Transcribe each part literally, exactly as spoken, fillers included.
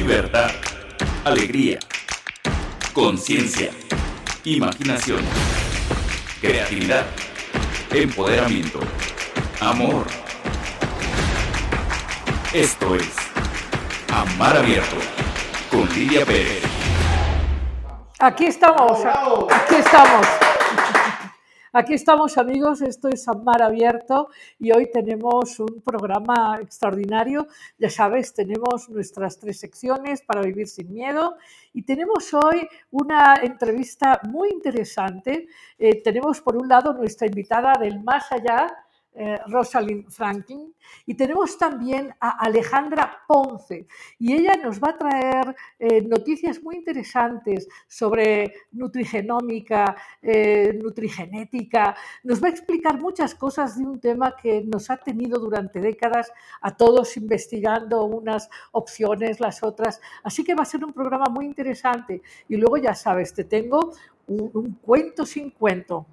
libertad, alegría, conciencia, imaginación, creatividad, empoderamiento, amor. Esto es Amar Abierto con Lidia Pérez. Aquí estamos, aquí estamos. Aquí estamos, amigos, esto es Amar Abierto y hoy tenemos un programa extraordinario. Ya sabes, tenemos nuestras tres secciones para vivir sin miedo y tenemos hoy una entrevista muy interesante. Eh, tenemos por un lado nuestra invitada del más allá, eh, Rosalind Franklin, y tenemos también a Alejandra Ponce y ella nos va a traer eh, noticias muy interesantes sobre nutrigenómica, eh, nutrigenética. Nos va a explicar muchas cosas de un tema que nos ha tenido durante décadas a todos investigando unas opciones, las otras. Así que va a ser un programa muy interesante. Y luego ya sabes, te tengo un, un cuento sin cuento.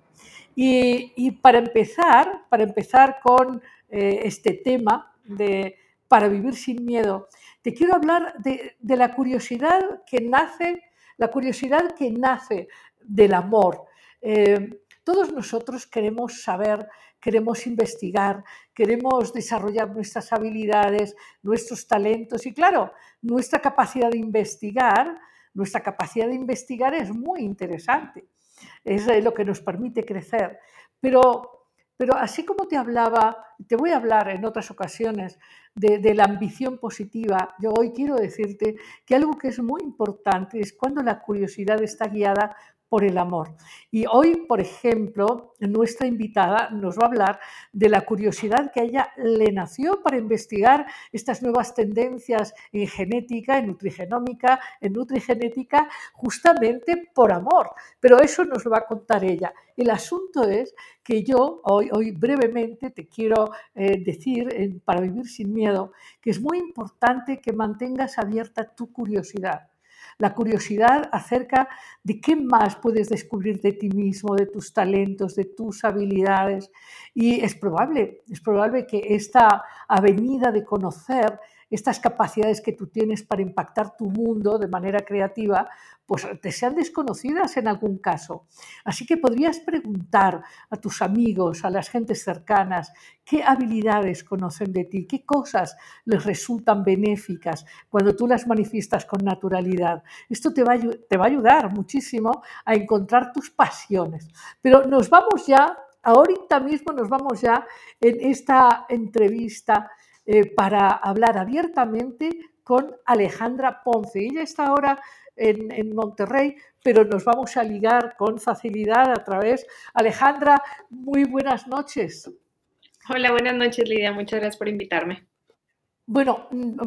Y, y para empezar, para empezar con eh, este tema de para vivir sin miedo, te quiero hablar de, de la curiosidad que nace, la curiosidad que nace del amor. Eh, todos nosotros queremos saber, queremos investigar, queremos desarrollar nuestras habilidades, nuestros talentos y claro, nuestra capacidad de investigar, nuestra capacidad de investigar es muy interesante. Es lo que nos permite crecer. Pero, pero así como te hablaba, te voy a hablar en otras ocasiones de, de la ambición positiva, yo hoy quiero decirte que algo que es muy importante es cuando la curiosidad está guiada por el amor. Y hoy, por ejemplo, nuestra invitada nos va a hablar de la curiosidad que a ella le nació para investigar estas nuevas tendencias en genética, en nutrigenómica, en nutrigenética, justamente por amor. Pero eso nos lo va a contar ella. El asunto es que yo hoy, hoy brevemente te quiero eh, decir, eh, para vivir sin miedo, que es muy importante que mantengas abierta tu curiosidad. La curiosidad acerca de qué más puedes descubrir de ti mismo, de tus talentos, de tus habilidades. Y es probable, es probable que esta avenida de conocer estas capacidades que tú tienes para impactar tu mundo de manera creativa, pues te sean desconocidas en algún caso. Así que podrías preguntar a tus amigos, a las gentes cercanas, qué habilidades conocen de ti, qué cosas les resultan benéficas cuando tú las manifiestas con naturalidad. Esto te va a, te va a ayudar muchísimo a encontrar tus pasiones. Pero nos vamos ya, ahorita mismo nos vamos ya en esta entrevista eh, para hablar abiertamente con Alejandra Ponce. Ella está ahora en, en Monterrey, pero nos vamos a ligar con facilidad a través. Alejandra, muy buenas noches. Hola, buenas noches, Lidia. Muchas gracias por invitarme. Bueno,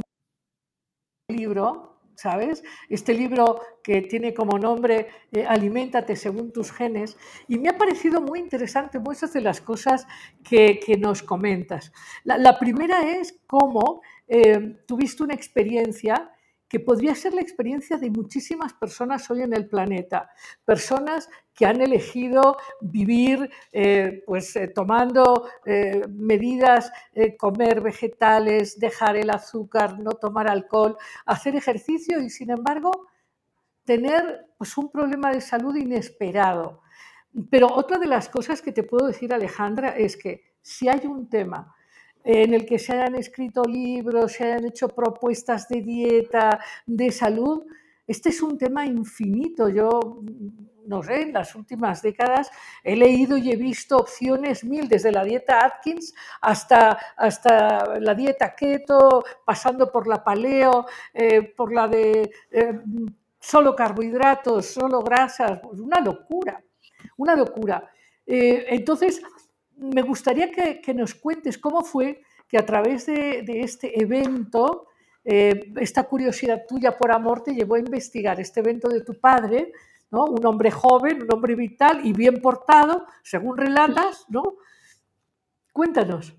libro, ¿sabes? Este libro que tiene como nombre eh, Aliméntate según tus genes, y me ha parecido muy interesante muchas de las cosas que, que nos comentas. La, la primera es cómo eh, tuviste una experiencia que podría ser la experiencia de muchísimas personas hoy en el planeta, personas que han elegido vivir eh, pues, eh, tomando eh, medidas, eh, comer vegetales, dejar el azúcar, no tomar alcohol, hacer ejercicio y, sin embargo, tener pues, un problema de salud inesperado. Pero otra de las cosas que te puedo decir, Alejandra, es que si hay un tema en el que se hayan escrito libros, se hayan hecho propuestas de dieta, de salud, este es un tema infinito. Yo, no sé, en las últimas décadas he leído y he visto opciones mil, desde la dieta Atkins hasta, hasta la dieta keto, pasando por la paleo, eh, por la de eh, solo carbohidratos, solo grasas, pues una locura, una locura. Eh, entonces, me gustaría que, que nos cuentes cómo fue que a través de, de este evento, eh, esta curiosidad tuya por amor te llevó a investigar este evento de tu padre, ¿no? Un hombre joven, un hombre vital y bien portado, según relatas, ¿no? Cuéntanos.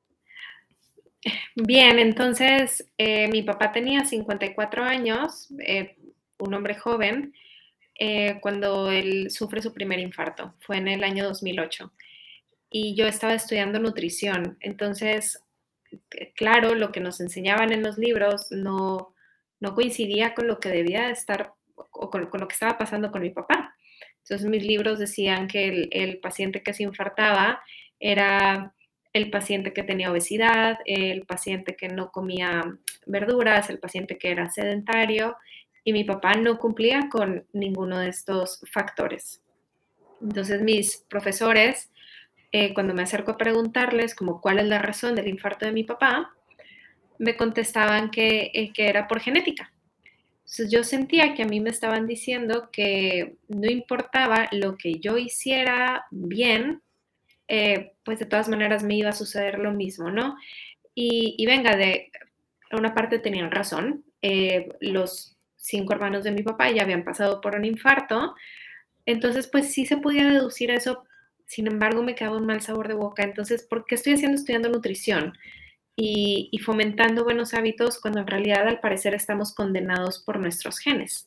Bien, entonces eh, mi papá tenía cincuenta y cuatro años, eh, un hombre joven, eh, cuando él sufre su primer infarto. Fue en el año dos mil ocho. Y yo estaba estudiando nutrición. Entonces, claro, lo que nos enseñaban en los libros no, no coincidía con lo que debía estar o con, con lo que estaba pasando con mi papá. Entonces mis libros decían que el, el paciente que se infartaba era el paciente que tenía obesidad, el paciente que no comía verduras, el paciente que era sedentario, y mi papá no cumplía con ninguno de estos factores. Entonces mis profesores, eh, cuando me acerco a preguntarles como cuál es la razón del infarto de mi papá, me contestaban que, eh, que era por genética. Entonces yo sentía que a mí me estaban diciendo que no importaba lo que yo hiciera bien, eh, pues de todas maneras me iba a suceder lo mismo, ¿no? Y, y venga, de una parte tenían razón. Eh, los cinco hermanos de mi papá ya habían pasado por un infarto, entonces pues sí se podía deducir eso. Sin embargo, me quedaba un mal sabor de boca. Entonces, ¿por qué estoy haciendo estudiando nutrición? Y, y, fomentando buenos hábitos cuando en realidad al parecer estamos condenados por nuestros genes.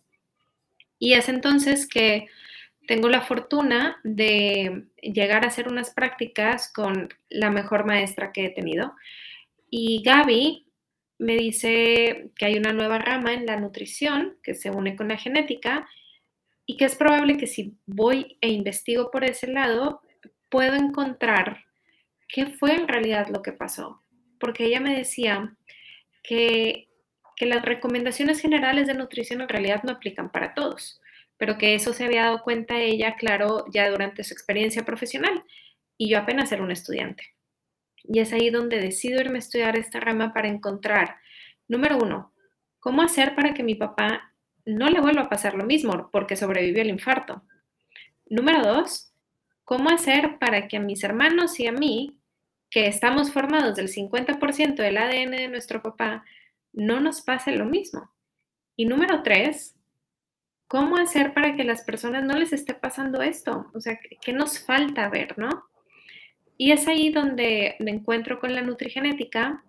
Y es entonces que tengo la fortuna de llegar a hacer unas prácticas con la mejor maestra que he tenido. Y Gaby me dice que hay una nueva rama en la nutrición que se une con la genética y que es probable que si voy e investigo por ese lado, puedo encontrar qué fue en realidad lo que pasó. Porque ella me decía que, que las recomendaciones generales de nutrición en realidad no aplican para todos, pero que eso se había dado cuenta ella, claro, ya durante su experiencia profesional, y yo apenas era una estudiante. Y es ahí donde decido irme a estudiar esta rama para encontrar, número uno, cómo hacer para que mi papá no le vuelva a pasar lo mismo porque sobrevivió al infarto. Número dos, cómo hacer para que a mis hermanos y a mí, que estamos formados del cincuenta por ciento del A D N de nuestro papá, no nos pase lo mismo. Y número tres, ¿cómo hacer para que a las personas no les esté pasando esto? O sea, ¿qué nos falta ver, no? Y es ahí donde me encuentro con la nutrigenética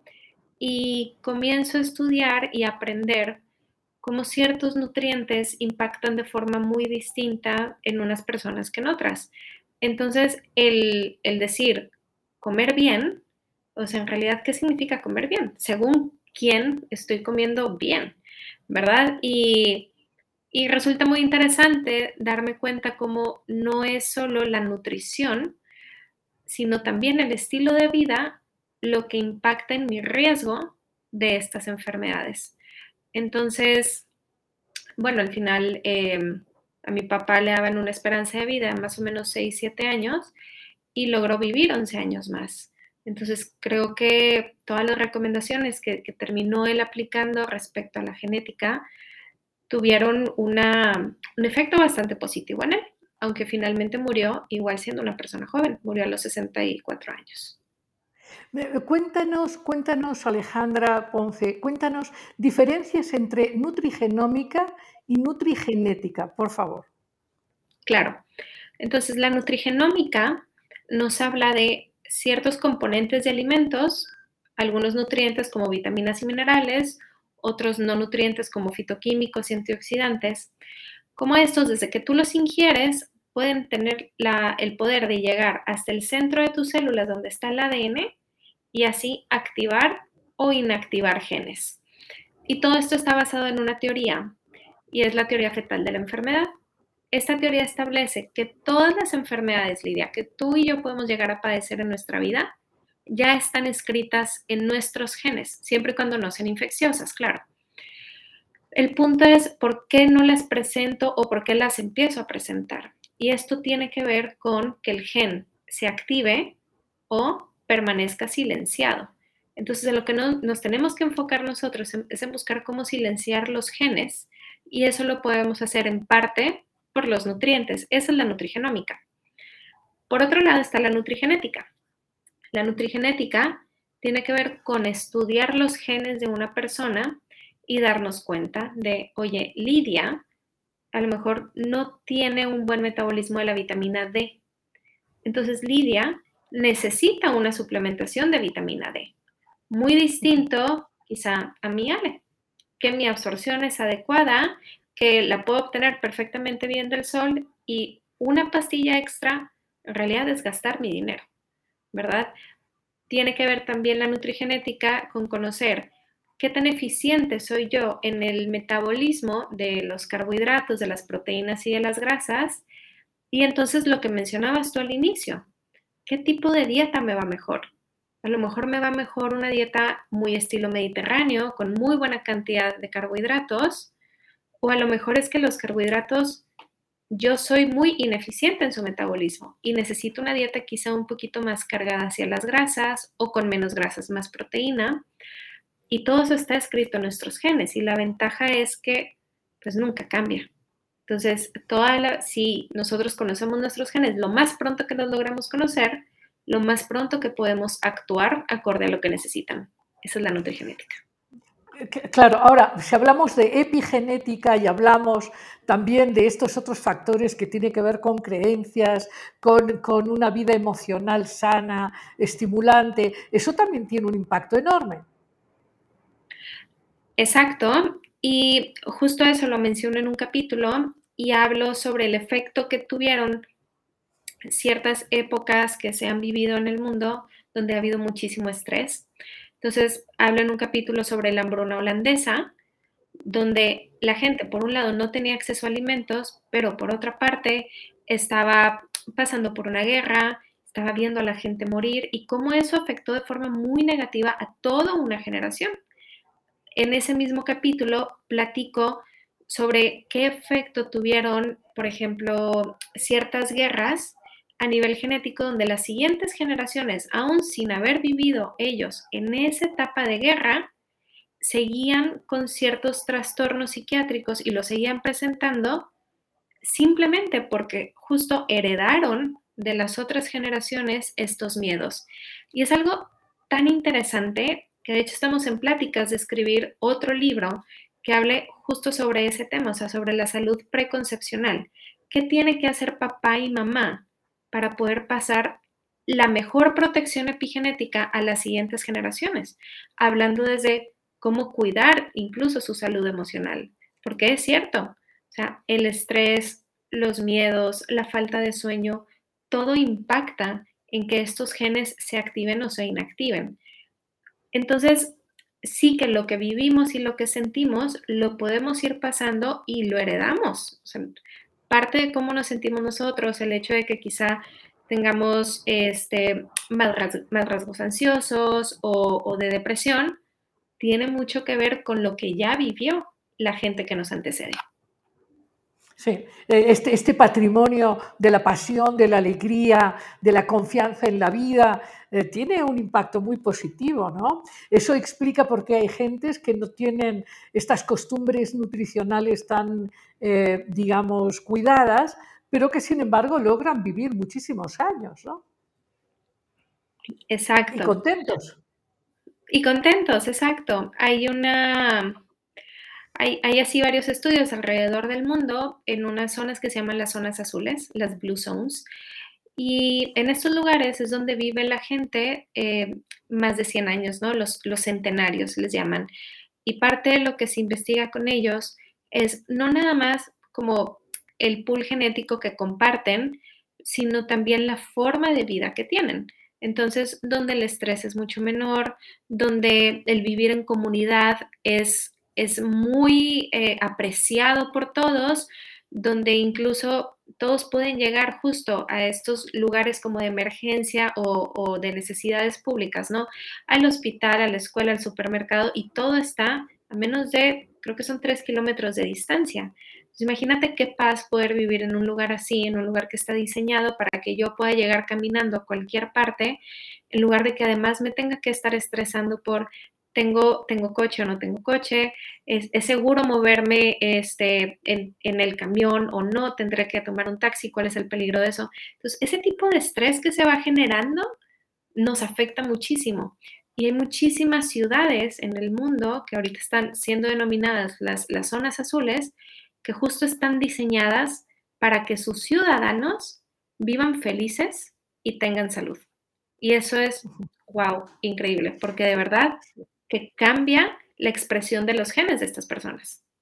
y comienzo a estudiar y aprender cómo ciertos nutrientes impactan de forma muy distinta en unas personas que en otras. Entonces, el, el decir comer bien, o sea, en realidad, ¿qué significa comer bien? Según quién estoy comiendo bien, ¿verdad? Y, y resulta muy interesante darme cuenta cómo no es solo la nutrición, sino también el estilo de vida lo que impacta en mi riesgo de estas enfermedades. Entonces, bueno, al final eh, a mi papá le daban una esperanza de vida de más o menos seis, siete años y logró vivir once años más. Entonces, creo que todas las recomendaciones que, que terminó él aplicando respecto a la genética tuvieron una, un efecto bastante positivo en él, aunque finalmente murió igual siendo una persona joven, murió a los sesenta y cuatro años. Cuéntanos, cuéntanos, Alejandra Ponce, cuéntanos diferencias entre nutrigenómica y nutrigenética, por favor. Claro. Entonces, la nutrigenómica nos habla de ciertos componentes de alimentos, algunos nutrientes como vitaminas y minerales, otros no nutrientes como fitoquímicos y antioxidantes. Como estos, desde que tú los ingieres, pueden tener la, el poder de llegar hasta el centro de tus células donde está el A D N y así activar o inactivar genes. Y todo esto está basado en una teoría, y es la teoría fetal de la enfermedad. Esta teoría establece que todas las enfermedades, Lidia, que tú y yo podemos llegar a padecer en nuestra vida, ya están escritas en nuestros genes, siempre y cuando no sean infecciosas, claro. El punto es por qué no las presento o por qué las empiezo a presentar. Y esto tiene que ver con que el gen se active o permanezca silenciado. Entonces, en lo que no, nos tenemos que enfocar nosotros es en buscar cómo silenciar los genes, y eso lo podemos hacer en parte por los nutrientes. Esa es la nutrigenómica. Por otro lado está la nutrigenética. La nutrigenética tiene que ver con estudiar los genes de una persona y darnos cuenta de, oye, Lidia a lo mejor no tiene un buen metabolismo de la vitamina D. Entonces, Lidia necesita una suplementación de vitamina D. Muy distinto quizá a mi Ale, que mi absorción es adecuada, que la puedo obtener perfectamente bien del sol, y una pastilla extra en realidad es gastar mi dinero, ¿verdad? Tiene que ver también la nutrigenética con conocer qué tan eficiente soy yo en el metabolismo de los carbohidratos, de las proteínas y de las grasas. Y entonces lo que mencionabas tú al inicio, ¿qué tipo de dieta me va mejor? A lo mejor me va mejor una dieta muy estilo mediterráneo, con muy buena cantidad de carbohidratos, o a lo mejor es que los carbohidratos, yo soy muy ineficiente en su metabolismo y necesito una dieta quizá un poquito más cargada hacia las grasas o con menos grasas, más proteína. Y todo eso está escrito en nuestros genes y la ventaja es que pues nunca cambia. Entonces, toda la, si nosotros conocemos nuestros genes, lo más pronto que los logramos conocer, lo más pronto que podemos actuar acorde a lo que necesitan. Esa es la nutrigenética. Claro, ahora, si hablamos de epigenética y hablamos también de estos otros factores que tienen que ver con creencias, con, con una vida emocional sana, estimulante, eso también tiene un impacto enorme. Exacto, y justo eso lo menciono en un capítulo y hablo sobre el efecto que tuvieron ciertas épocas que se han vivido en el mundo donde ha habido muchísimo estrés. Entonces, hablo en un capítulo sobre la hambruna holandesa, donde la gente, por un lado, no tenía acceso a alimentos, pero por otra parte, estaba pasando por una guerra, estaba viendo a la gente morir y cómo eso afectó de forma muy negativa a toda una generación. En ese mismo capítulo platico sobre qué efecto tuvieron, por ejemplo, ciertas guerras a nivel genético donde las siguientes generaciones, aún sin haber vivido ellos en esa etapa de guerra, seguían con ciertos trastornos psiquiátricos y los seguían presentando simplemente porque justo heredaron de las otras generaciones estos miedos. Y es algo tan interesante que de hecho estamos en pláticas de escribir otro libro que hable justo sobre ese tema, o sea, sobre la salud preconcepcional. ¿Qué tiene que hacer papá y mamá para poder pasar la mejor protección epigenética a las siguientes generaciones? Hablando desde cómo cuidar incluso su salud emocional, porque es cierto, o sea, el estrés, los miedos, la falta de sueño, todo impacta en que estos genes se activen o se inactiven. Entonces, sí que lo que vivimos y lo que sentimos lo podemos ir pasando y lo heredamos. O sea, parte de cómo nos sentimos nosotros, el hecho de que quizá tengamos este, más, ras más rasgos ansiosos o, o de depresión, tiene mucho que ver con lo que ya vivió la gente que nos antecede. Sí, este, este patrimonio de la pasión, de la alegría, de la confianza en la vida, eh, tiene un impacto muy positivo, ¿no? Eso explica por qué hay gentes que no tienen estas costumbres nutricionales tan, eh, digamos, cuidadas, pero que sin embargo logran vivir muchísimos años, ¿no? Exacto. Y contentos. Y contentos, exacto. Hay una... Hay, hay, así varios estudios alrededor del mundo en unas zonas que se llaman las zonas azules, las blue zones, y en estos lugares es donde vive la gente eh, más de cien años, ¿no? Los, los centenarios les llaman. Y parte de lo que se investiga con ellos es no nada más como el pool genético que comparten, sino también la forma de vida que tienen. Entonces, donde el estrés es mucho menor, donde el vivir en comunidad es es muy eh, apreciado por todos, donde incluso todos pueden llegar justo a estos lugares como de emergencia o, o de necesidades públicas, ¿no? Al hospital, a la escuela, al supermercado, y todo está a menos de, creo que son tres kilómetros de distancia. Entonces, imagínate qué paz poder vivir en un lugar así, en un lugar que está diseñado para que yo pueda llegar caminando a cualquier parte, en lugar de que además me tenga que estar estresando por Tengo, tengo coche o no tengo coche, es, es seguro moverme este, en, en, el camión o no, tendré que tomar un taxi, cuál es el peligro de eso. Entonces, ese tipo de estrés que se va generando nos afecta muchísimo. Y hay muchísimas ciudades en el mundo que ahorita están siendo denominadas las, las zonas azules, que justo están diseñadas para que sus ciudadanos vivan felices y tengan salud. Y eso es, wow, increíble, porque de verdad que cambia la expresión de los genes de estas personas.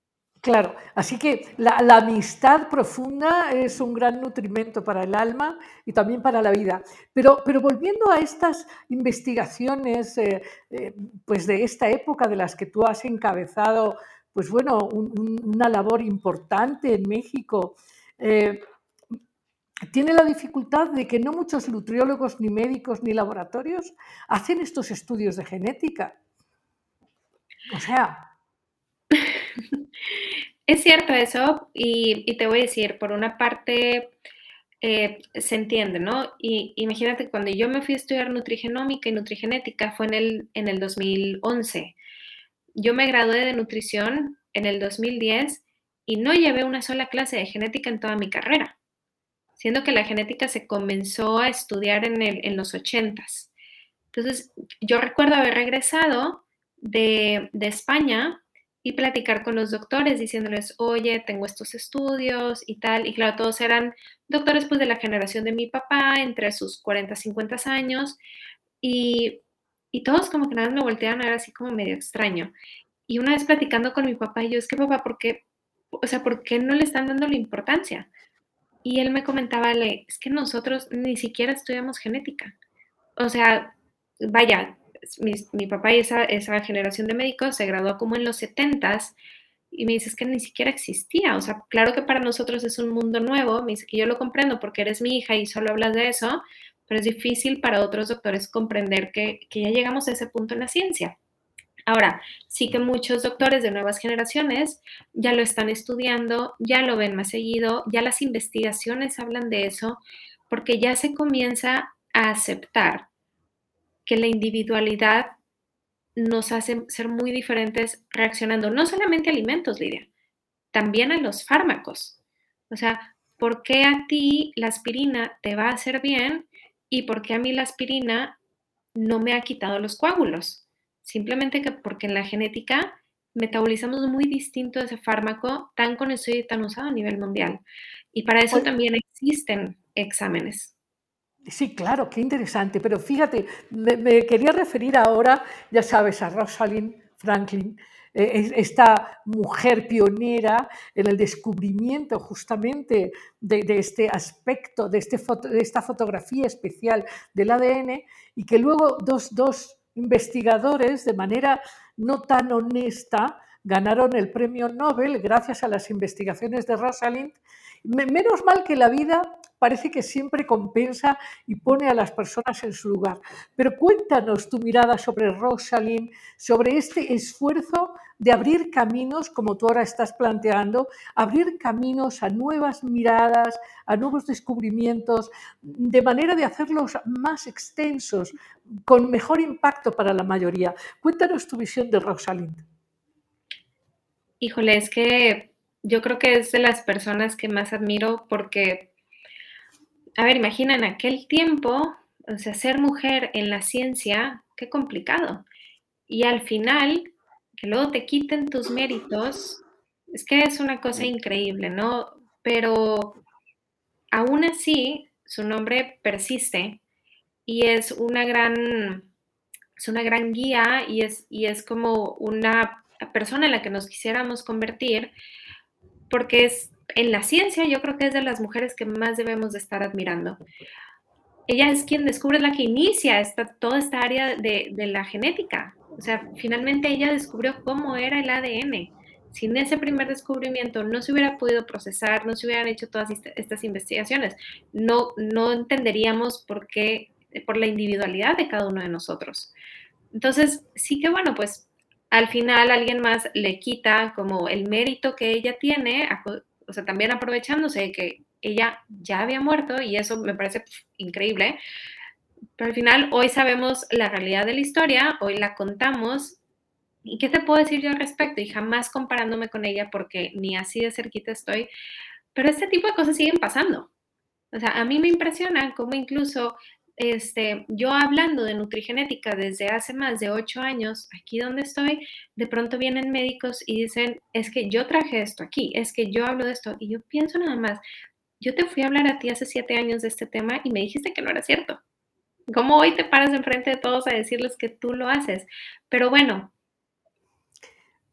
Claro, así que la, la amistad profunda es un gran nutrimento para el alma y también para la vida. Pero, pero volviendo a estas investigaciones, eh, eh, pues de esta época de las que tú has encabezado, pues bueno, un- un- una labor importante en México, eh, tiene la dificultad de que no muchos nutriólogos, ni médicos, ni laboratorios hacen estos estudios de genética. O sea, Es cierto eso, y, y te voy a decir, por una parte, eh, se entiende, ¿no? Y imagínate, cuando yo me fui a estudiar nutrigenómica y nutrigenética fue en el, en el dos mil once. Yo me gradué de nutrición en el dos mil diez y no llevé una sola clase de genética en toda mi carrera, siendo que la genética se comenzó a estudiar en, el, en los ochentas. Entonces, yo recuerdo haber regresado de, de España y platicar con los doctores diciéndoles, oye, tengo estos estudios y tal. Y claro, todos eran doctores pues de la generación de mi papá, entre sus cuarenta, cincuenta años. Y, y todos como que nada más me volteaban a ver así como medio extraño. Y una vez platicando con mi papá, yo, es que papá, ¿por qué? O sea, ¿por qué no le están dando la importancia? Y él me comentaba, le, es que nosotros ni siquiera estudiamos genética. O sea, vaya, mi, mi papá y esa, esa generación de médicos se graduó como en los setentas y me dice, es que ni siquiera existía. O sea, claro que para nosotros es un mundo nuevo. Me dice que yo lo comprendo porque eres mi hija y solo hablas de eso, pero es difícil para otros doctores comprender que, que ya llegamos a ese punto en la ciencia. Ahora, sí que muchos doctores de nuevas generaciones ya lo están estudiando, ya lo ven más seguido, ya las investigaciones hablan de eso, porque ya se comienza a aceptar que la individualidad nos hace ser muy diferentes reaccionando no solamente a alimentos, Lidia, también a los fármacos. O sea, ¿por qué a ti la aspirina te va a hacer bien y por qué a mí la aspirina no me ha quitado los coágulos? Simplemente que porque en la genética metabolizamos muy distinto ese fármaco tan conocido y tan usado a nivel mundial. Y para eso pues, también existen exámenes. sí, claro, qué interesante. Pero fíjate, me, me quería referir ahora, ya sabes, a Rosalind Franklin, eh, es- esta mujer pionera en el descubrimiento justamente de, de este aspecto, de, este foto- de esta fotografía especial del A D N, y que luego dos, dos investigadores, de manera no tan honesta, ganaron el premio Nobel gracias a las investigaciones de Rosalind. Me- Menos mal que la vida parece que siempre compensa y pone a las personas en su lugar. Pero cuéntanos tu mirada sobre Rosalind, sobre este esfuerzo de abrir caminos, como tú ahora estás planteando, abrir caminos a nuevas miradas, a nuevos descubrimientos, de manera de hacerlos más extensos, con mejor impacto para la mayoría. Cuéntanos tu visión de Rosalind. Híjole, es que yo creo que es de las personas que más admiro porque, a ver, imagina en aquel tiempo, o sea, ser mujer en la ciencia, qué complicado. Y al final, que luego te quiten tus méritos, es que es una cosa increíble, ¿no? Pero aún así, su nombre persiste y es una gran, es una gran guía y es, y es como una persona en la que nos quisiéramos convertir, porque es en la ciencia yo creo que es de las mujeres que más debemos de estar admirando. Ella es quien descubre, es la que inicia esta, toda esta área de, de la genética. O sea, finalmente ella descubrió cómo era el A D N. Sin ese primer descubrimiento no se hubiera podido procesar, no se hubieran hecho todas estas investigaciones. No, no entenderíamos por qué, por la individualidad de cada uno de nosotros. Entonces, sí que bueno, pues al final alguien más le quita como el mérito que ella tiene, o sea, también aprovechándose de que ella ya había muerto y eso me parece pf, increíble, pero al final hoy sabemos la realidad de la historia, hoy la contamos. ¿Y qué te puedo decir yo al respecto? Y jamás comparándome con ella porque ni así de cerquita estoy, pero este tipo de cosas siguen pasando. O sea, a mí me impresiona cómo incluso este, yo hablando de nutrigenética desde hace más de ocho años, aquí donde estoy, de pronto vienen médicos y dicen, es que yo traje esto aquí, es que yo hablo de esto. Y yo pienso nada más, yo te fui a hablar a ti hace siete años de este tema y me dijiste que no era cierto. ¿Cómo hoy te paras enfrente de todos a decirles que tú lo haces? Pero bueno,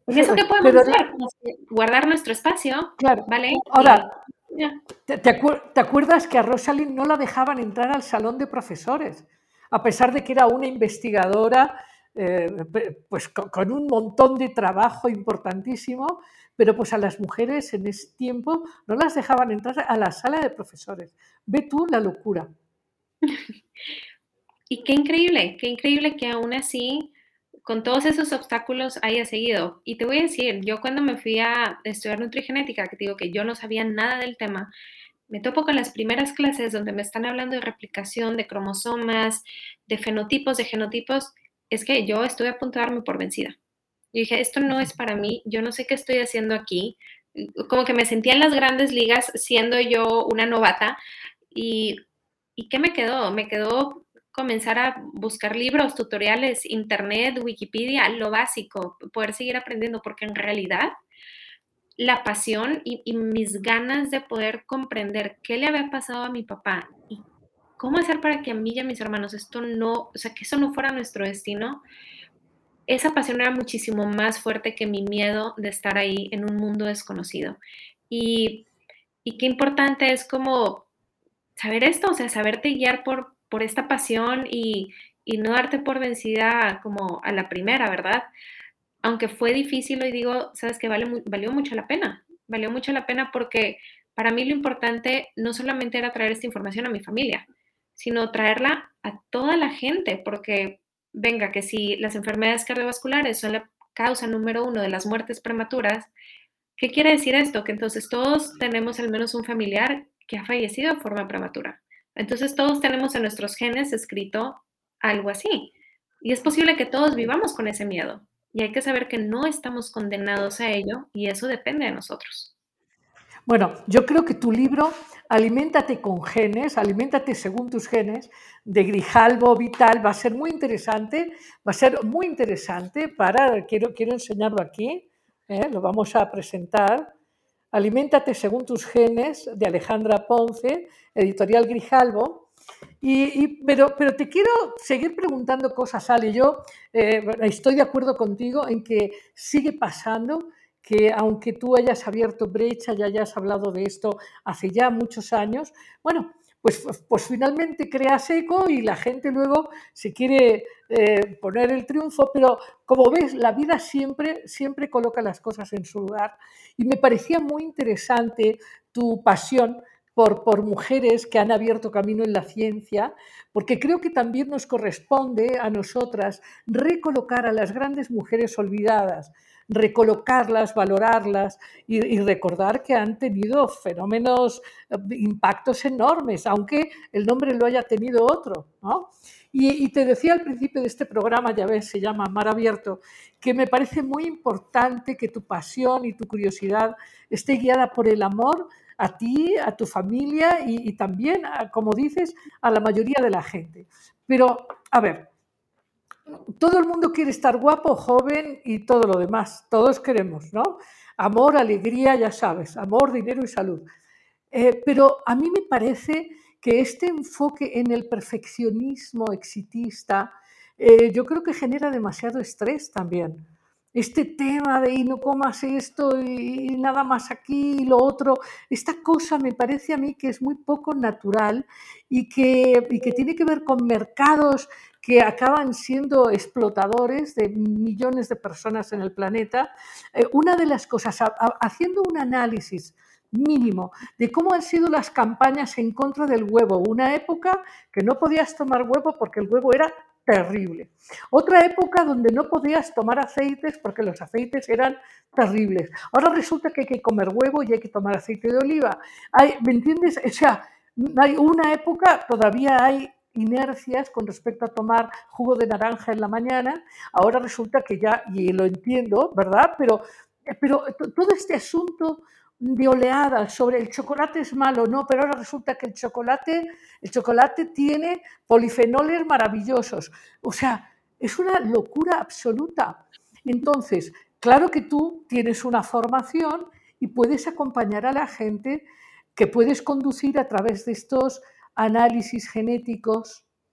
¿Y eso qué podemos Pero, hacer? Pues, guardar nuestro espacio, claro, ¿vale? ahora, Y ya. ¿te, te, acuer- te acuerdas que a Rosalind no la dejaban entrar al salón de profesores? A pesar de que era una investigadora, eh, pues con, con un montón de trabajo importantísimo, pero pues a las mujeres en ese tiempo no las dejaban entrar a la sala de profesores. Ve tú la locura. Y qué increíble, qué increíble que aún así, con todos esos obstáculos, haya seguido. Y te voy a decir, yo cuando me fui a estudiar nutrigenética, que te digo que yo no sabía nada del tema, me topo con las primeras clases donde me están hablando de replicación, de cromosomas, de fenotipos, de genotipos. Es que yo estuve a punto de darme por vencida. Yo dije, esto no es para mí, yo no sé qué estoy haciendo aquí. Como que me sentía en las grandes ligas siendo yo una novata. ¿Y, y qué me quedó? Me quedó comenzar a buscar libros, tutoriales, internet, Wikipedia, lo básico, poder seguir aprendiendo, porque en realidad la pasión y, y mis ganas de poder comprender qué le había pasado a mi papá y cómo hacer para que a mí y a mis hermanos esto no, o sea, que eso no fuera nuestro destino, esa pasión era muchísimo más fuerte que mi miedo de estar ahí en un mundo desconocido. Y, y qué importante es como saber esto, o sea, saberte guiar por, por esta pasión y, y no darte por vencida como a la primera, ¿verdad? Aunque fue difícil, hoy digo, sabes que vale, valió mucho la pena, valió mucho la pena porque para mí lo importante no solamente era traer esta información a mi familia, sino traerla a toda la gente, porque venga, que si las enfermedades cardiovasculares son la causa número uno de las muertes prematuras, ¿qué quiere decir esto? Que entonces todos tenemos al menos un familiar que ha fallecido de forma prematura. Entonces todos tenemos en nuestros genes escrito algo así. Y es posible que todos vivamos con ese miedo. Y hay que saber que no estamos condenados a ello y eso depende de nosotros. Bueno, yo creo que tu libro, Aliméntate con genes, Aliméntate según tus genes, de Grijalbo Vital, va a ser muy interesante, va a ser muy interesante para, quiero, quiero enseñarlo aquí, ¿eh? Lo vamos a presentar. Aliméntate según tus genes, de Alejandra Ponce, editorial Grijalbo. Y, y, pero, pero te quiero seguir preguntando cosas, Ale. Yo eh, estoy de acuerdo contigo en que sigue pasando que aunque tú hayas abierto brecha y hayas hablado de esto hace ya muchos años, bueno, pues, pues finalmente creas eco y la gente luego se quiere eh, poner el triunfo, pero como ves, la vida siempre, siempre coloca las cosas en su lugar. Y me parecía muy interesante tu pasión por, por mujeres que han abierto camino en la ciencia, porque creo que también nos corresponde a nosotras recolocar a las grandes mujeres olvidadas, recolocarlas, valorarlas y, y, recordar que han tenido fenómenos, impactos enormes, aunque el nombre lo haya tenido otro, ¿no? Y, y te decía al principio de este programa, ya ves, se llama Mar Abierto, que me parece muy importante que tu pasión y tu curiosidad esté guiada por el amor a ti, a tu familia y, y también, a, como dices, a la mayoría de la gente. Pero, a ver, todo el mundo quiere estar guapo, joven y todo lo demás. Todos queremos, ¿no? Amor, alegría, ya sabes, amor, dinero y salud. Eh, pero a mí me parece que este enfoque en el perfeccionismo exitista, eh, yo creo que genera demasiado estrés también. Este tema de y no comas esto y, y nada más aquí y lo otro, esta cosa me parece a mí que es muy poco natural y que, y que tiene que ver con mercados que acaban siendo explotadores de millones de personas en el planeta. Eh, una de las cosas, a, a, haciendo un análisis mínimo de cómo han sido las campañas en contra del huevo, una época que no podías tomar huevo porque el huevo era terrible. Otra época donde no podías tomar aceites porque los aceites eran terribles. Ahora resulta que hay que comer huevo y hay que tomar aceite de oliva. Hay, ¿me entiendes? O sea, hay una época, todavía hay inercias con respecto a tomar jugo de naranja en la mañana. Ahora resulta que ya, y lo entiendo, ¿verdad? Pero, pero todo este asunto de oleadas sobre el chocolate es malo, no, pero ahora resulta que el chocolate, el chocolate tiene polifenoles maravillosos. O sea, es una locura absoluta. Entonces, claro que tú tienes una formación y puedes acompañar a la gente, que puedes conducir a través de estos análisis genéticos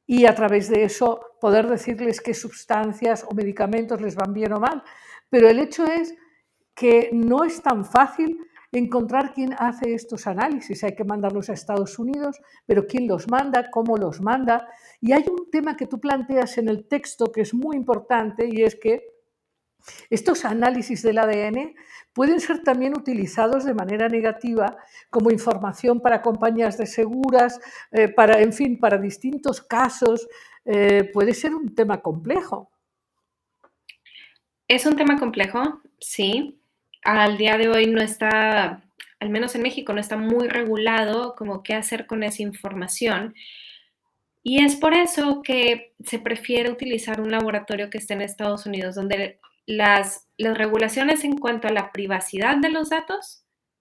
y a través de eso poder decirles qué sustancias o medicamentos les van bien o mal. Pero el hecho es que no es tan fácil encontrar quién hace estos análisis. Hay que mandarlos a Estados Unidos, pero quién los manda, cómo los manda. Y hay un tema que tú planteas en el texto que es muy importante, y es que estos análisis del A D N pueden ser también utilizados de manera negativa como información para compañías de seguras, eh, para, en fin, para distintos casos. Eh, puede ser un tema complejo. Es un tema complejo, sí. Al día de hoy no está, al menos en México, no está muy regulado como qué hacer con esa información. Y es por eso que se prefiere utilizar un laboratorio que esté en Estados Unidos, donde las, las regulaciones en cuanto a la privacidad de los datos,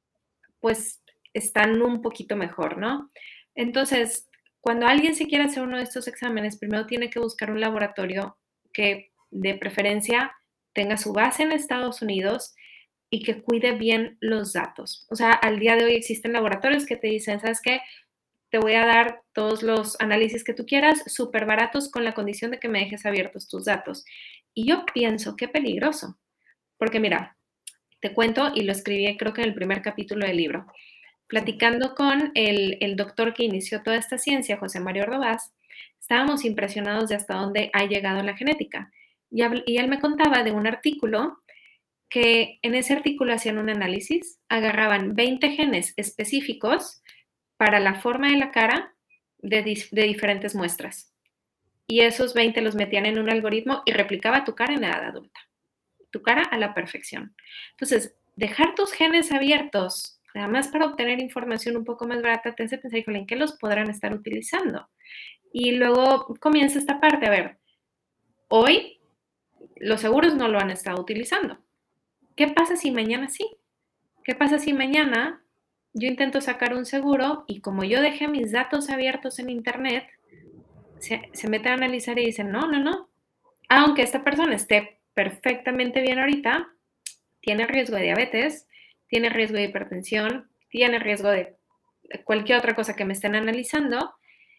pues están un poquito mejor, ¿no? Entonces, cuando alguien se quiere hacer uno de estos exámenes, primero tiene que buscar un laboratorio que de preferencia tenga su base en Estados Unidos y que cuide bien los datos. O sea, al día de hoy existen laboratorios que te dicen, ¿sabes qué? Te voy a dar todos los análisis que tú quieras, súper baratos, con la condición de que me dejes abiertos tus datos. Y yo pienso, qué peligroso, porque mira, te cuento, y lo escribí creo que en el primer capítulo del libro, platicando con el, el doctor que inició toda esta ciencia, José Mario Ordovás, estábamos impresionados de hasta dónde ha llegado la genética. Y, y él me contaba de un artículo que en ese artículo hacían un análisis, agarraban veinte genes específicos para la forma de la cara de, de diferentes muestras. Y esos veinte los metían en un algoritmo y replicaba tu cara en la edad adulta. Tu cara a la perfección. Entonces, dejar tus genes abiertos, además para obtener información un poco más barata, te hace pensar, híjole, ¿en qué los podrán estar utilizando? Y luego comienza esta parte, a ver, hoy los seguros no lo han estado utilizando. ¿Qué pasa si mañana sí? ¿Qué pasa si mañana yo intento sacar un seguro y como yo dejé mis datos abiertos en internet, se, se meten a analizar y dicen, no, no, no, aunque esta persona esté perfectamente bien ahorita, tiene riesgo de diabetes, tiene riesgo de hipertensión, tiene riesgo de cualquier otra cosa que me estén analizando,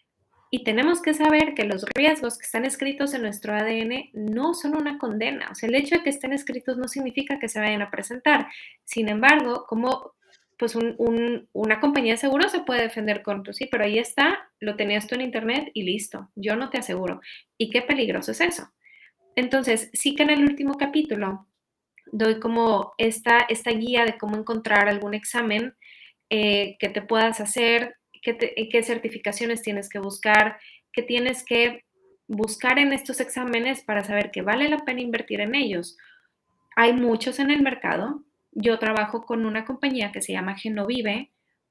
y tenemos que saber que los riesgos que están escritos en nuestro A D N no son una condena. O sea, el hecho de que estén escritos no significa que se vayan a presentar. Sin embargo, como pues un, un, una compañía de seguros se puede defender con, pues sí, pero ahí está, lo tenías tú en internet y listo, yo no te aseguro. ¿Y qué peligroso es eso? Entonces, sí que en el último capítulo doy como esta, esta guía de cómo encontrar algún examen eh, que te puedas hacer, qué, te, qué certificaciones tienes que buscar, qué tienes que buscar en estos exámenes para saber que vale la pena invertir en ellos. Hay muchos en el mercado. Yo trabajo con una compañía que se llama Genovive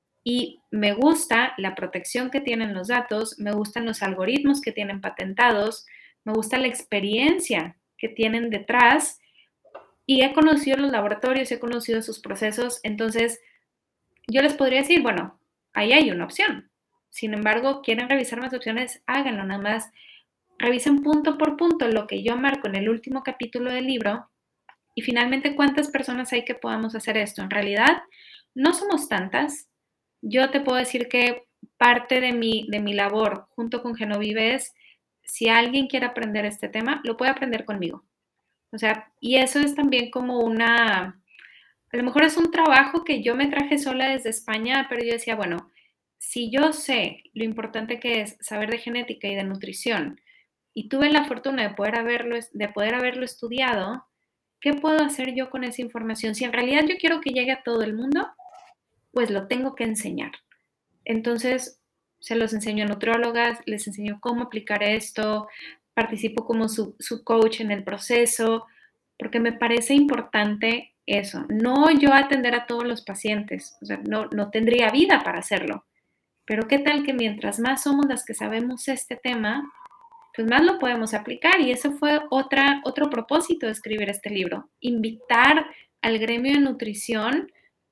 y me gusta la protección que tienen los datos, me gustan los algoritmos que tienen patentados, me gusta la experiencia que tienen detrás y he conocido los laboratorios, he conocido sus procesos, entonces yo les podría decir, bueno, ahí hay una opción. Sin embargo, quieren revisar más opciones, háganlo nada más. Revisen punto por punto lo que yo marco en el último capítulo del libro y finalmente cuántas personas hay que podamos hacer esto. En realidad, no somos tantas. Yo te puedo decir que parte de mi, de mi labor junto con Genovive es, si alguien quiere aprender este tema, lo puede aprender conmigo. O sea, y eso es también como una, a lo mejor es un trabajo que yo me traje sola desde España, pero yo decía, bueno, si yo sé lo importante que es saber de genética y de nutrición, y tuve la fortuna de poder haberlo, de poder haberlo estudiado, ¿qué puedo hacer yo con esa información? Si en realidad yo quiero que llegue a todo el mundo, pues lo tengo que enseñar. Entonces, se los enseño a nutriólogas, les enseño cómo aplicar esto, participo como su, su coach en el proceso, porque me parece importante eso. No yo atender a todos los pacientes, o sea, no, no tendría vida para hacerlo. Pero qué tal que mientras más somos las que sabemos este tema, pues más lo podemos aplicar. Y eso fue otra, otro propósito de escribir este libro, invitar al gremio de nutrición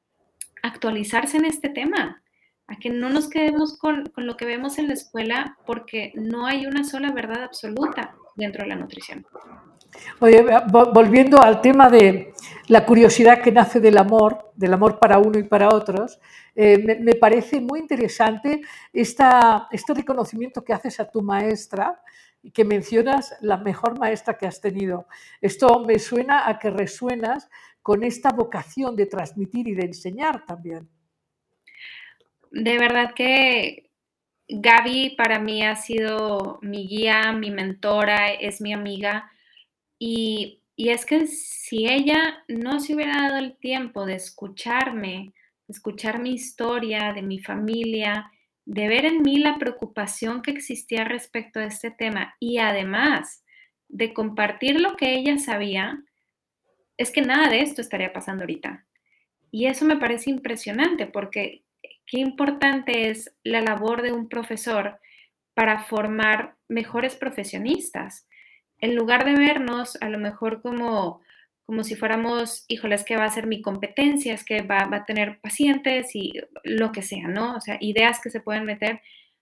a actualizarse en este tema, a que no nos quedemos con, con lo que vemos en la escuela, porque no hay una sola verdad absoluta dentro de la nutrición. Oye, volviendo al tema de la curiosidad que nace del amor, del amor para uno y para otros. Eh, me, me parece muy interesante esta, este reconocimiento que haces a tu maestra y que mencionas la mejor maestra que has tenido. Esto me suena a que resuenas con esta vocación de transmitir y de enseñar también. De verdad que Gaby para mí ha sido mi guía, mi mentora, es mi amiga. Y, y es que si ella no se hubiera dado el tiempo de escucharme, de escuchar mi historia, de mi familia, de ver en mí la preocupación que existía respecto a este tema y además de compartir lo que ella sabía, es que nada de esto estaría pasando ahorita. Y eso me parece impresionante porque qué importante es la labor de un profesor para formar mejores profesionistas. En lugar de vernos a lo mejor como, como si fuéramos, híjole, es que va a ser mi competencia, es que va, va a tener pacientes y lo que sea, ¿no? O sea, ideas que se pueden meter.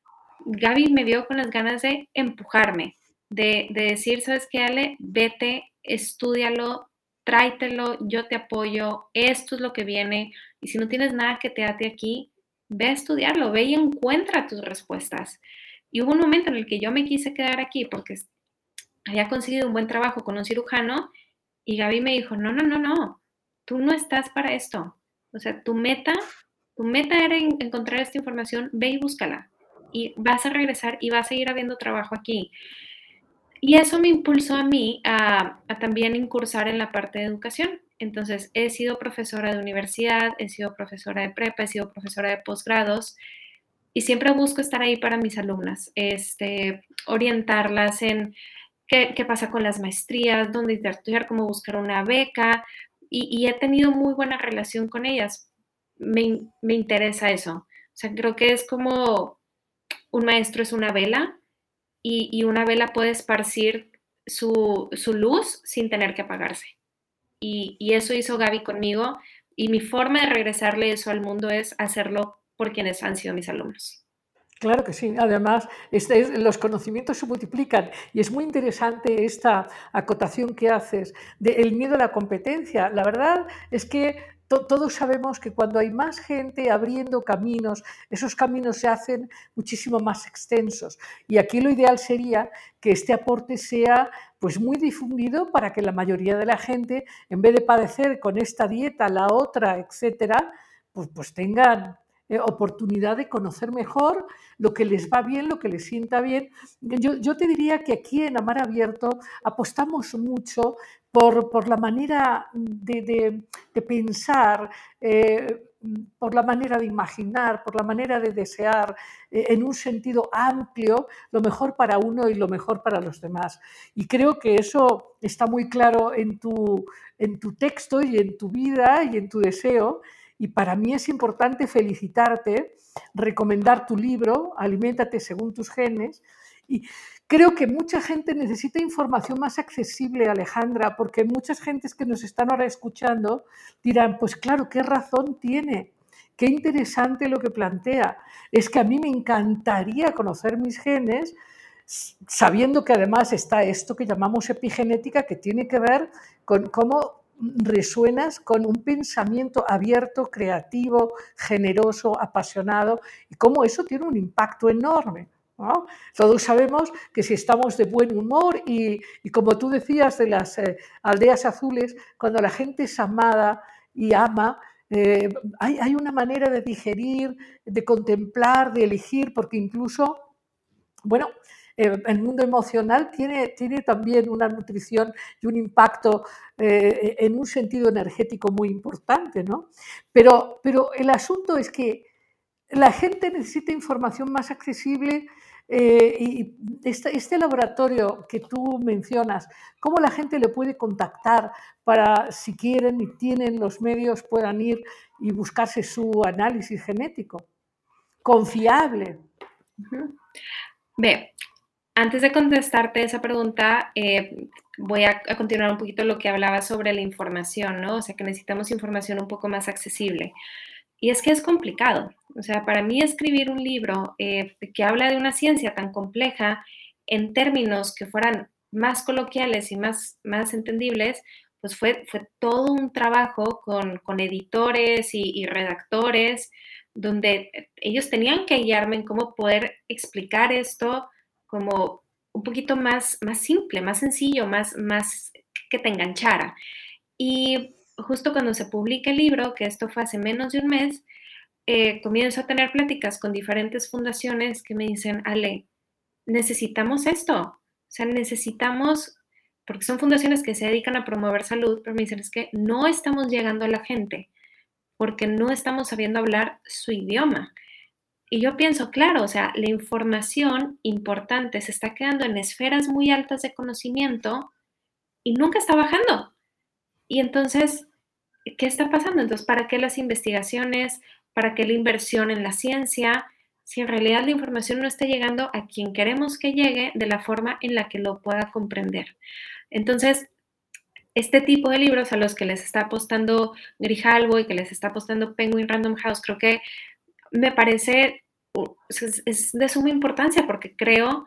Gaby me vio con las ganas de empujarme, de, de decir, ¿sabes qué, Ale? Vete, estúdialo, tráetelo, yo te apoyo, esto es lo que viene, y si no tienes nada que te ate aquí, ve a estudiarlo, ve y encuentra tus respuestas. Y hubo un momento en el que yo me quise quedar aquí porque había conseguido un buen trabajo con un cirujano y Gaby me dijo, no, no, no, no, tú no estás para esto. O sea, tu meta, tu meta era en- encontrar esta información, ve y búscala. Y vas a regresar y va a seguir habiendo trabajo aquí. Y eso me impulsó a mí a, a también incursar en la parte de educación. Entonces, he sido profesora de universidad, he sido profesora de prepa, he sido profesora de posgrados y siempre busco estar ahí para mis alumnas, este, orientarlas en qué, qué pasa con las maestrías, dónde estudiar, cómo buscar una beca y, y he tenido muy buena relación con ellas. Me, me interesa eso. O sea, creo que es como un maestro es una vela y, y una vela puede esparcir su, su, luz sin tener que apagarse. Y, y eso hizo Gaby conmigo y mi forma de regresarle eso al mundo es hacerlo por quienes han sido mis alumnos. Claro que sí, además este es- los conocimientos se multiplican y es muy interesante esta acotación que haces del miedo a la competencia. La verdad es que to- todos sabemos que cuando hay más gente abriendo caminos, esos caminos se hacen muchísimo más extensos y aquí lo ideal sería que este aporte sea pues muy difundido para que la mayoría de la gente, en vez de padecer con esta dieta, la otra, etcétera, pues, pues tengan eh, oportunidad de conocer mejor lo que les va bien, lo que les sienta bien. Yo, yo te diría que aquí en Amar Abierto apostamos mucho por, por la manera de, de, de pensar, eh, por la manera de imaginar, por la manera de desear, eh, en un sentido amplio, lo mejor para uno y lo mejor para los demás. Y creo que eso está muy claro en tu, en tu texto y en tu vida y en tu deseo. Y para mí es importante felicitarte, recomendar tu libro, Aliméntate según tus genes. Y creo que mucha gente necesita información más accesible, Alejandra, porque muchas gentes que nos están ahora escuchando dirán, pues claro, qué razón tiene, qué interesante lo que plantea. Es que a mí me encantaría conocer mis genes, sabiendo que además está esto que llamamos epigenética, que tiene que ver con cómo resuenas con un pensamiento abierto, creativo, generoso, apasionado, y cómo eso tiene un impacto enorme, ¿no? Todos sabemos que si estamos de buen humor y, y como tú decías de las eh, aldeas azules, cuando la gente es amada y ama, eh, hay, hay una manera de digerir, de contemplar, de elegir, porque incluso, bueno, eh, el mundo emocional tiene, tiene también una nutrición y un impacto eh, en un sentido energético muy importante, ¿no? Pero, pero el asunto es que la gente necesita información más accesible eh, y este, este laboratorio que tú mencionas, ¿cómo la gente le puede contactar para, si quieren y tienen los medios, puedan ir y buscarse su análisis genético? Confiable. Uh-huh. Ve, antes de contestarte esa pregunta, eh, voy a, a, continuar un poquito lo que hablaba sobre la información, ¿no? O sea, que necesitamos información un poco más accesible. Y es que es complicado. O sea, para mí escribir un libro eh, que habla de una ciencia tan compleja en términos que fueran más coloquiales y más, más entendibles, pues fue, fue todo un trabajo con, con editores y, y redactores, donde ellos tenían que guiarme en cómo poder explicar esto como un poquito más, más simple, más sencillo, más, más que te enganchara. Y justo cuando se publica el libro, que esto fue hace menos de un mes, eh, comienzo a tener pláticas con diferentes fundaciones que me dicen, Ale, necesitamos esto, o sea, necesitamos, porque son fundaciones que se dedican a promover salud, pero me dicen, es que no estamos llegando a la gente porque no estamos sabiendo hablar su idioma. Y yo pienso, claro, o sea, la información importante se está quedando en esferas muy altas de conocimiento y nunca está bajando. Y entonces, ¿qué está pasando? Entonces, ¿para qué las investigaciones? ¿Para qué la inversión en la ciencia? Si en realidad la información no está llegando a quien queremos que llegue de la forma en la que lo pueda comprender. Entonces, este tipo de libros a los que les está apostando Grijalbo y que les está apostando Penguin Random House, creo que me parece, es, es de suma importancia porque creo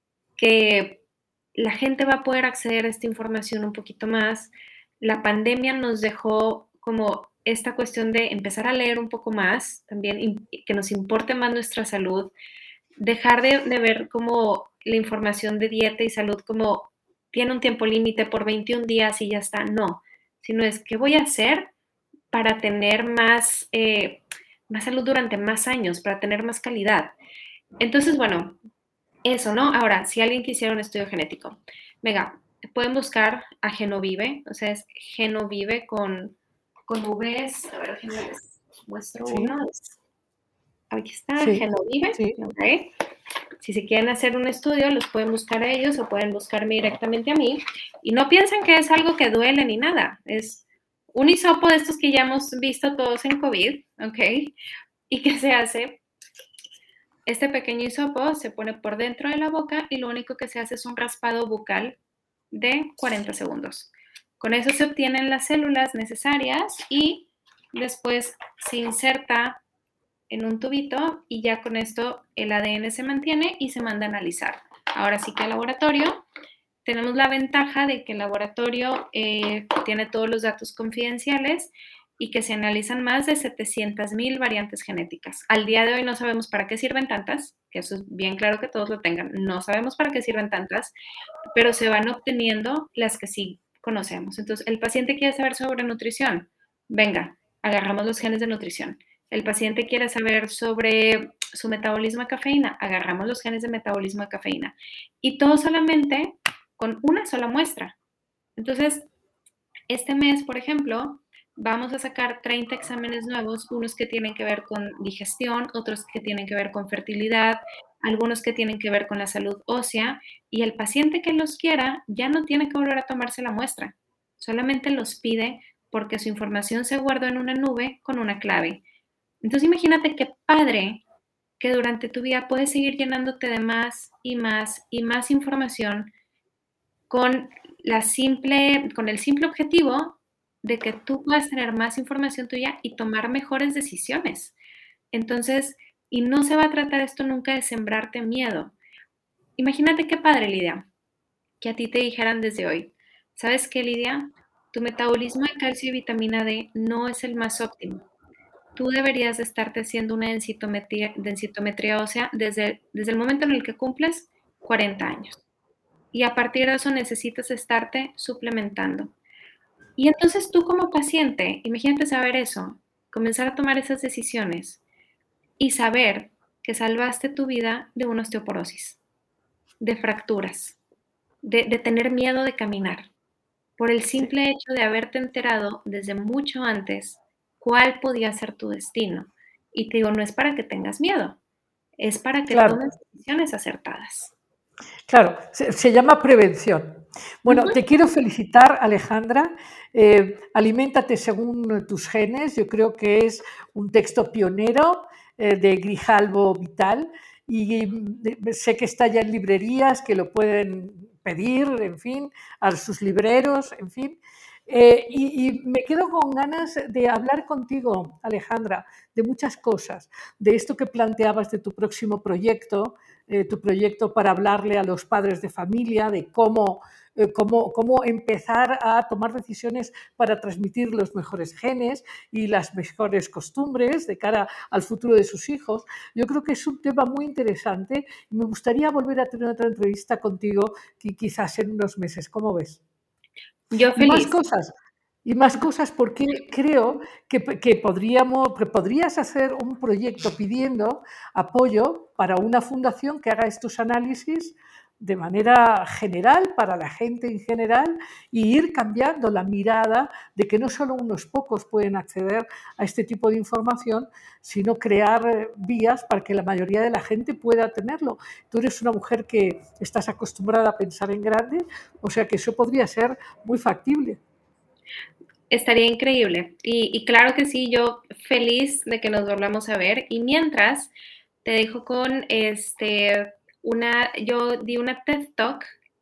que la gente va a poder acceder a esta información un poquito más. La pandemia nos dejó como esta cuestión de empezar a leer un poco más, también que nos importe más nuestra salud, dejar de, de ver como la información de dieta y salud como tiene un tiempo límite por veintiún días y ya está, no, sino es qué voy a hacer para tener más, eh, más salud durante más años, para tener más calidad. Entonces, bueno, eso, ¿no? Ahora, si alguien quisiera un estudio genético, venga, pueden buscar a Genovive, o sea, es Genovive con, con Vs, a ver, les muestro Sí. uno. Aquí está, Sí, Genovive, sí. ¿ok? Si se quieren hacer un estudio, los pueden buscar a ellos o pueden buscarme directamente a mí. Y no piensen que es algo que duele ni nada. Es un hisopo de estos que ya hemos visto todos en COVID, ¿ok? ¿Y qué se hace? Este pequeño hisopo se pone por dentro de la boca y lo único que se hace es un raspado bucal de cuarenta segundos. Con eso se obtienen las células necesarias y después se inserta en un tubito y ya con esto el A D N se mantiene y se manda a analizar. Ahora sí que al laboratorio tenemos la ventaja de que el laboratorio eh, tiene todos los datos confidenciales y que se analizan más de setecientas mil variantes genéticas. Al día de hoy no sabemos para qué sirven tantas, que eso es bien claro que todos lo tengan, no sabemos para qué sirven tantas, pero se van obteniendo las que sí conocemos. Entonces, el paciente quiere saber sobre nutrición, venga, agarramos los genes de nutrición. El paciente quiere saber sobre su metabolismo de cafeína, agarramos los genes de metabolismo de cafeína. Y todo solamente con una sola muestra. Entonces, este mes, por ejemplo, vamos a sacar treinta exámenes nuevos, unos que tienen que ver con digestión, otros que tienen que ver con fertilidad, algunos que tienen que ver con la salud ósea, y el paciente que los quiera ya no tiene que volver a tomarse la muestra, solamente los pide porque su información se guardó en una nube con una clave. Entonces imagínate qué padre que durante tu vida puedes seguir llenándote de más y más y más información con, la simple, con el simple objetivo de que tú puedas tener más información tuya y tomar mejores decisiones. Entonces, y no se va a tratar esto nunca de sembrarte miedo. Imagínate qué padre, Lidia, que a ti te dijeran desde hoy, ¿sabes qué, Lidia? Tu metabolismo de calcio y vitamina D no es el más óptimo. Tú deberías de estarte haciendo una densitometría, densitometría ósea desde, desde el momento en el que cumples cuarenta años. Y a partir de eso necesitas estarte suplementando. Y entonces tú como paciente, imagínate saber eso, comenzar a tomar esas decisiones y saber que salvaste tu vida de una osteoporosis, de fracturas, de, de tener miedo de caminar, por el simple hecho de haberte enterado desde mucho antes cuál podía ser tu destino. Y te digo, no es para que tengas miedo, es para que Claro. tomes decisiones acertadas. Claro, se, se llama prevención. Bueno, Ujú. te quiero felicitar, Alejandra. Eh, Aliméntate según tus genes. Yo creo que es un texto pionero eh, de Grijalbo Vital y mm, sé que está ya en librerías, que lo pueden pedir, en fin, a sus libreros, en fin. Eh, y, y me quedo con ganas de hablar contigo, Alejandra, de muchas cosas, de esto que planteabas de tu próximo proyecto, eh, tu proyecto para hablarle a los padres de familia, de cómo eh, cómo, cómo empezar a tomar decisiones para transmitir los mejores genes y las mejores costumbres de cara al futuro de sus hijos. Yo creo que es un tema muy interesante y me gustaría volver a tener otra entrevista contigo quizás en unos meses. ¿Cómo ves? Yo Y más feliz. cosas. Y más cosas porque creo que, que, podríamos, que podrías hacer un proyecto pidiendo apoyo para una fundación que haga estos análisis de manera general, para la gente en general, y ir cambiando la mirada de que no solo unos pocos pueden acceder a este tipo de información, sino crear vías para que la mayoría de la gente pueda tenerlo. Tú eres una mujer que estás acostumbrada a pensar en grande, o sea que eso podría ser muy factible. Estaría increíble. Y, y claro que sí, yo feliz de que nos volvamos a ver. Y mientras, te dejo con este, una, yo di una TED Talk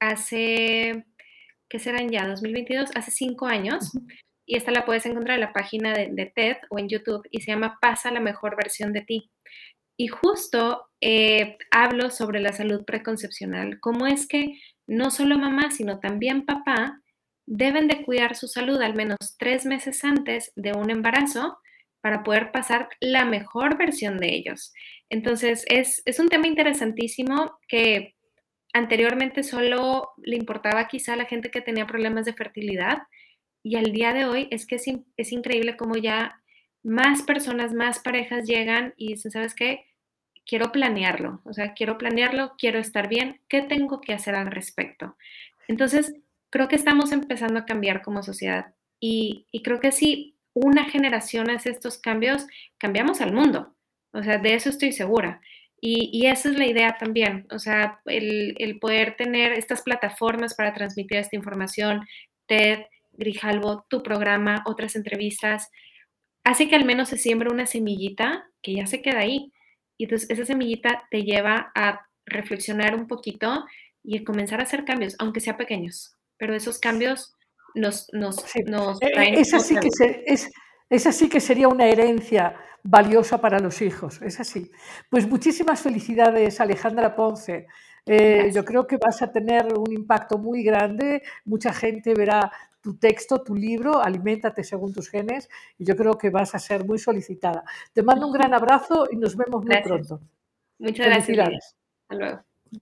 hace, ¿qué serán ya? dos mil veintidós, hace cinco años. Uh-huh. Y esta la puedes encontrar en la página de, de TED o en YouTube y se llama Pasa la mejor versión de ti. Y justo eh, hablo sobre la salud preconcepcional, cómo es que no solo mamá, sino también papá deben de cuidar su salud al menos tres meses antes de un embarazo para poder pasar la mejor versión de ellos. Entonces, es, es un tema interesantísimo que anteriormente solo le importaba quizá a la gente que tenía problemas de fertilidad y al día de hoy es que es, es increíble cómo ya más personas, más parejas llegan y dicen, ¿sabes qué? Quiero planearlo, o sea, quiero planearlo, quiero estar bien, ¿qué tengo que hacer al respecto? Entonces, creo que estamos empezando a cambiar como sociedad y, y creo que si una generación hace estos cambios, cambiamos al mundo. O sea, de eso estoy segura. Y, y esa es la idea también. O sea, el, el poder tener estas plataformas para transmitir esta información, TED, Grijalbo, tu programa, otras entrevistas, hace que al menos se siembre una semillita que ya se queda ahí. Y entonces esa semillita te lleva a reflexionar un poquito y a comenzar a hacer cambios, aunque sean pequeños. Pero esos cambios nos, nos, sí. nos traen... Esa sí, que se, es, esa sí que sería una herencia valiosa para los hijos, es así. Pues muchísimas felicidades, Alejandra Ponce. Eh, yo creo que vas a tener un impacto muy grande, mucha gente verá tu texto, tu libro, Aliméntate según tus genes, y yo creo que vas a ser muy solicitada. Te mando un gran abrazo y nos vemos muy gracias. pronto. Muchas gracias. Hasta luego.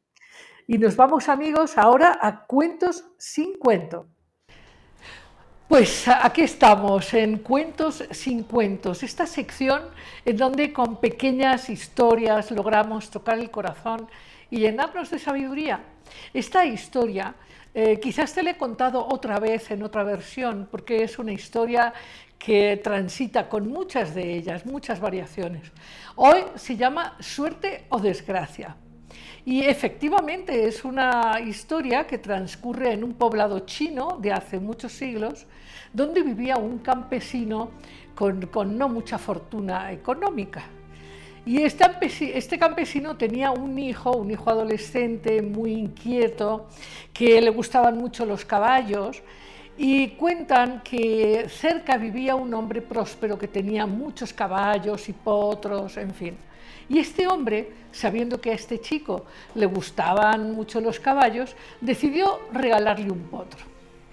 Y nos vamos, amigos, ahora a Cuentos sin Cuento. Pues aquí estamos, en Cuentos sin Cuentos, esta sección en donde con pequeñas historias logramos tocar el corazón y llenarnos de sabiduría. Esta historia eh, quizás te la he contado otra vez en otra versión, porque es una historia que transita con muchas de ellas, muchas variaciones. Hoy se llama Suerte o Desgracia. Y efectivamente es una historia que transcurre en un poblado chino de hace muchos siglos, donde vivía un campesino con, con no mucha fortuna económica. Y este, este campesino tenía un hijo, un hijo adolescente muy inquieto, que le gustaban mucho los caballos, y cuentan que cerca vivía un hombre próspero que tenía muchos caballos y potros, en fin. Y este hombre, sabiendo que a este chico le gustaban mucho los caballos, decidió regalarle un potro.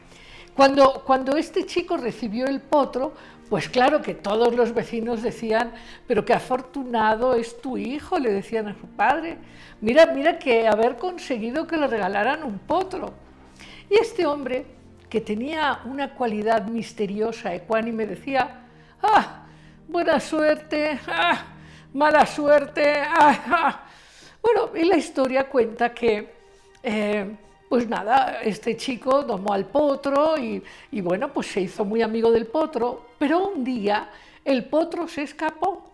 Cuando, cuando este chico recibió el potro, pues claro que todos los vecinos decían, pero qué afortunado es tu hijo, le decían a su padre. Mira, mira que haber conseguido que le regalaran un potro. Y este hombre, que tenía una cualidad misteriosa, ecuánime, decía, ¡ah, buena suerte! ¡Ah, mala suerte! ¡Ah, ah! Bueno, y la historia cuenta que, eh, pues nada, este chico domó al potro y, y bueno, pues se hizo muy amigo del potro, pero un día el potro se escapó.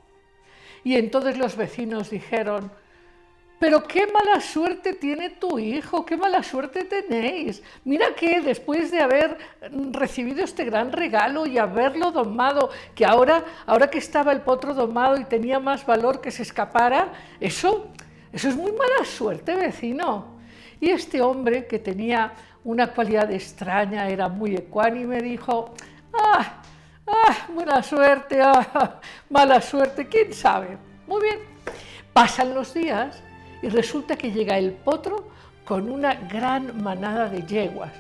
Y entonces los vecinos dijeron, pero qué mala suerte tiene tu hijo, qué mala suerte tenéis. Mira que después de haber recibido este gran regalo y haberlo domado, que ahora, ahora que estaba el potro domado y tenía más valor que se escapara, eso, eso es muy mala suerte, vecino. Y este hombre, que tenía una cualidad extraña, era muy ecuánime, dijo, ah, ah, buena suerte, ah, mala suerte, quién sabe. Muy bien, pasan los días y resulta que llega el potro con una gran manada de yeguas.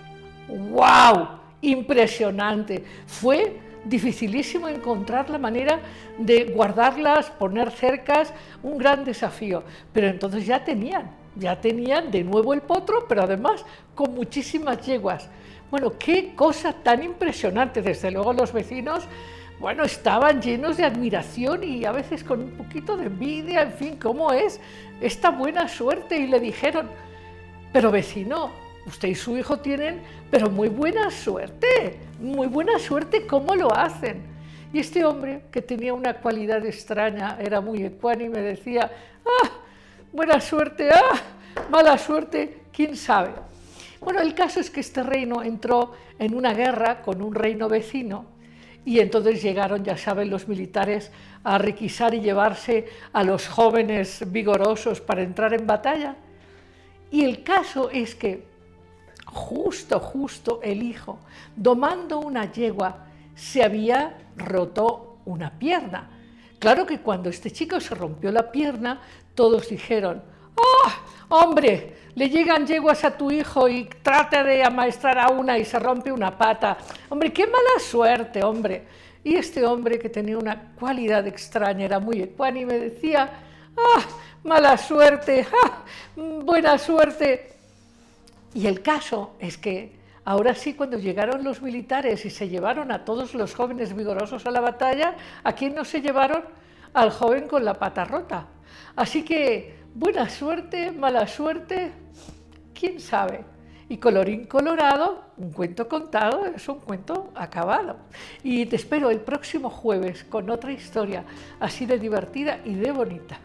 ¡Wow! Impresionante. Fue dificilísimo encontrar la manera de guardarlas, poner cercas, un gran desafío. Pero entonces ya tenían, ya tenían de nuevo el potro, pero además con muchísimas yeguas. Bueno, qué cosa tan impresionante. Desde luego los vecinos, bueno, estaban llenos de admiración y a veces con un poquito de envidia, en fin, ¿cómo es esta buena suerte? Y le dijeron, pero vecino, usted y su hijo tienen, pero muy buena suerte, muy buena suerte, ¿cómo lo hacen? Y este hombre, que tenía una cualidad extraña, era muy ecuánime, decía, ah, buena suerte, ah, mala suerte, quién sabe. Bueno, el caso es que este reino entró en una guerra con un reino vecino y entonces llegaron, ya saben, los militares a requisar y llevarse a los jóvenes vigorosos para entrar en batalla. Y el caso es que justo, justo el hijo, domando una yegua, se había roto una pierna. Claro que cuando este chico se rompió la pierna, todos dijeron, ¡oh, hombre, le llegan yeguas a tu hijo y trata de amaestrar a una y se rompe una pata! ¡Hombre, qué mala suerte, hombre! Y este hombre, que tenía una cualidad extraña, era muy ecuánime, decía, ¡ah, mala suerte! ¡Ah, buena suerte! Y el caso es que ahora sí, cuando llegaron los militares y se llevaron a todos los jóvenes vigorosos a la batalla, ¿a quién no se llevaron? Al joven con la pata rota. Así que, buena suerte, mala suerte, quién sabe. Y colorín colorado, un cuento contado es un cuento acabado. Y te espero el próximo jueves con otra historia así de divertida y de bonita.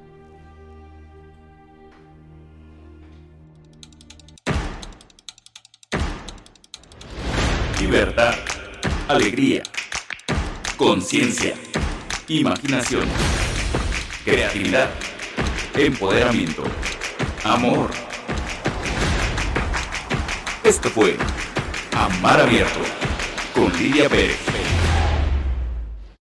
Libertad, alegría, conciencia, imaginación, creatividad, empoderamiento, amor. Esto fue A Mar Abierto con Lidia Pérez.